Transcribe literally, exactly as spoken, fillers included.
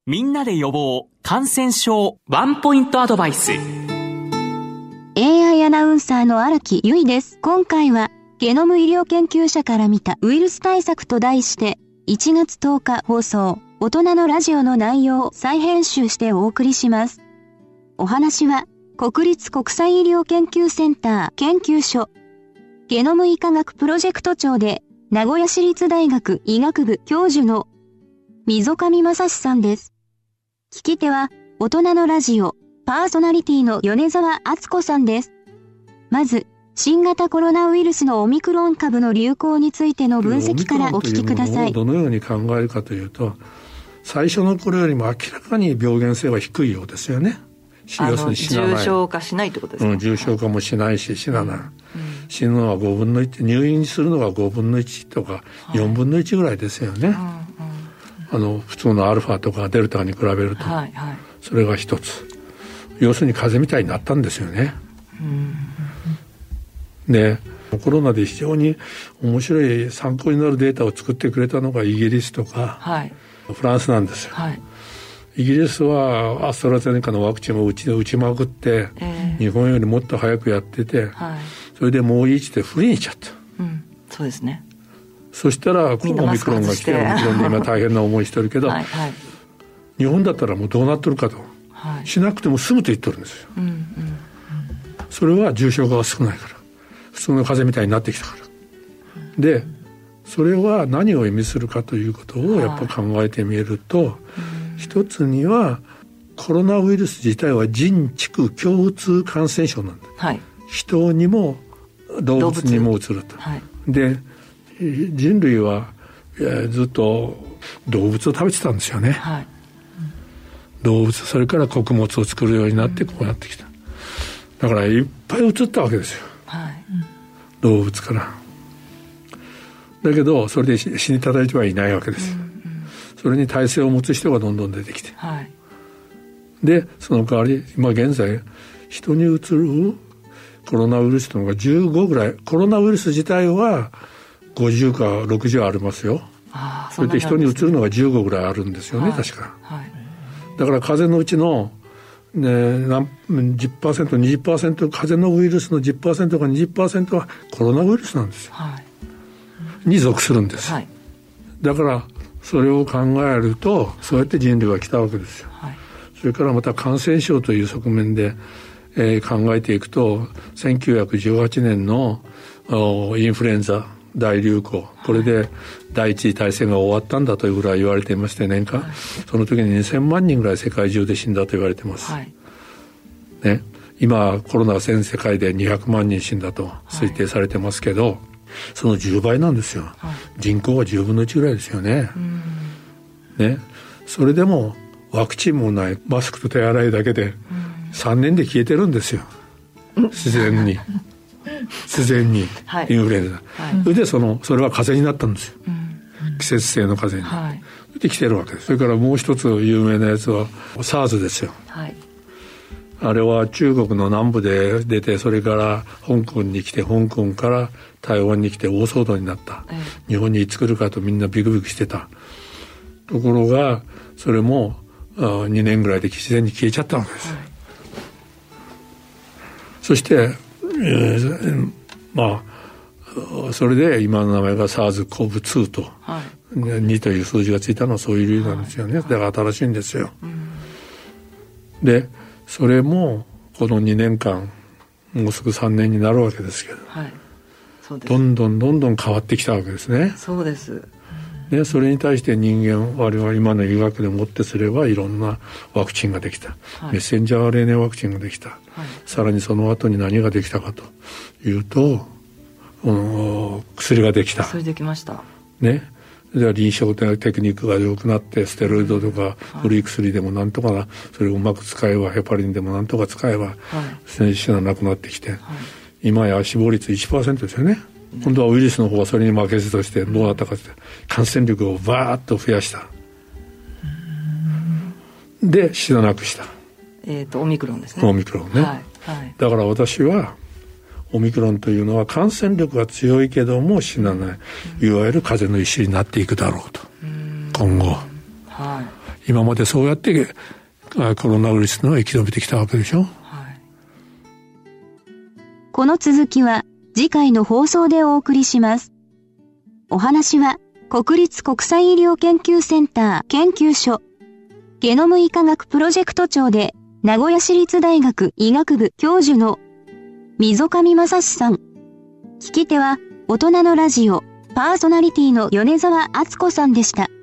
みんなで予防感染症ワンポイントアドバイス。 エーアイ アナウンサーの荒木由衣です。今回はゲノム医療研究者から見たウイルス対策と題していちがつとおか放送大人のラジオの内容を再編集してお送りします。お話は国立国際医療研究センター研究所ゲノム医科学プロジェクト長で名古屋市立大学医学部教授の溝上正史さんです。聞き手は大人のラジオパーソナリティの米沢敦子さんです。まず新型コロナウイルスのオミクロン株の流行についての分析からお聞きください。 どのように考えるかというと、最初の頃よりも明らかに病原性は低いようですよね。 要するに死なない、重症化しないってことですか。 うん、重症化もしないし死なない、うん、死ぬのはごぶんのいち、入院するのがごぶんのいちとかよんぶんのいちぐらいですよね、はい、あの普通のアルファとかデルタに比べると、はいはい、それが一つ。要するに風邪みたいになったんですよね、うん、でコロナで非常に面白い参考になるデータを作ってくれたのがイギリスとか、はい、フランスなんですよ、はい。イギリスはアストラゼネカのワクチンを打ち、打ちまくって、えー、日本よりもっと早くやってて、はい、それでもういいってフリーにしちゃった、 うん、そうですね。 そしたらオミクロンが来て、オミクロンで今大変な思いしてるけどはい、はい、日本だったらもうどうなってるかと、はい、しなくても済むと言ってるんですよ、うんうんうん、それは重症化が少ないから普通の風邪みたいになってきたから、うん、でそれは何を意味するかということをやっぱ考えてみると、はい、一つにはコロナウイルス自体は人畜共通感染症なんだ、はい、人にも動物にもうつると、はい、で人類はずっと動物を食べてたんですよね、はい、動物それから穀物を作るようになってこうなってきた、だからいっぱい移ったわけですよ、はい、動物からだけどそれで死に絶たれてはいないわけですよ、うんうん、それに耐性を持つ人がどんどん出てきて、はい、でその代わり今現在人にうつるコロナウイルスというのがじゅうごぐらい、コロナウイルス自体はごじゅうかろくじゅうありますよ。ああ、それで人にうつるのがじゅうごぐらいあるんですよね、はい、確か、はい、だから風邪のうちの、ね、何 じゅっパーセント、にじゅっパーセント 風邪のウイルスの じゅっパーセント か にじゅっパーセント はコロナウイルスなんですよ、はい、に属するんです、はい、だからそれを考えるとそうやって人類は来たわけですよ、はい、それからまた感染症という側面で、えー、考えていくとせんきゅうひゃくじゅうはちねんのインフルエンザ大流行、これで第一次大戦が終わったんだというぐらい言われていまして、年間、はい、その時ににせんまんにんぐらい世界中で死んだと言われています、はいね、今コロナが全世界でにひゃくまんにん死んだと推定されてますけど、はい、そのじゅうばいなんですよ、はい、人口はじゅうぶんのいちぐらいですよね、うんね、それでもワクチンもないマスクと手洗いだけでさんねんで消えてるんですよ、自然に自然にインフルエンザ、はい、それでそのそれは風邪になったんですよ、うん、季節性の風邪に、はい、それで来てるわけです。それからもう一つ有名なやつは SARS ですよ、はい、あれは中国の南部で出て、それから香港に来て、香港から台湾に来て大騒動になった、はい、日本にいつ来るかとみんなビクビクしてたところが、それもにねんぐらいで自然に消えちゃったわけです、はい、そしてえー、まあそれで今の名前が サーズコブツー と、はい、にという数字がついたのはそういう理由なんですよね、はい、だから新しいんですよ、うん、でそれもこのにねんかんもうすぐさんねんになるわけですけど、はい、そうです。どんどんどんどん変わってきたわけですね。 そうです、 でそれに対して人間我々今の医学でもってすればいろんなワクチンができた、はい、メッセンジャー アールエヌエー ワクチンができた、はい、さらにその後に何ができたかというと、うん、薬ができた。 薬できましたね。では臨床テクニックが良くなってステロイドとか古い薬でもなんとかな、それをうまく使えばヘパリンでもなんとか使えば、はい、死がなくなってきて、はい、今や死亡率 いちパーセント ですよね。今度はウイルスの方はそれに負けずとしてどうなったかというと感染力をバーッと増やした。で死ななくした。 えっとオミクロンですね。 オミクロンね、はいはい、だから私はオミクロンというのは感染力が強いけども死なない、いわゆる風邪の一種になっていくだろうと、今後、は今までそうやってコロナウイルスの生き延びてきたわけでしょ。はい、 この続きは次回の放送でお送りします。お話は国立国際医療研究センター研究所ゲノム医科学プロジェクト長で名古屋市立大学医学部教授の溝上正史さん。聞き手は大人のラジオパーソナリティの米沢敦子さんでした。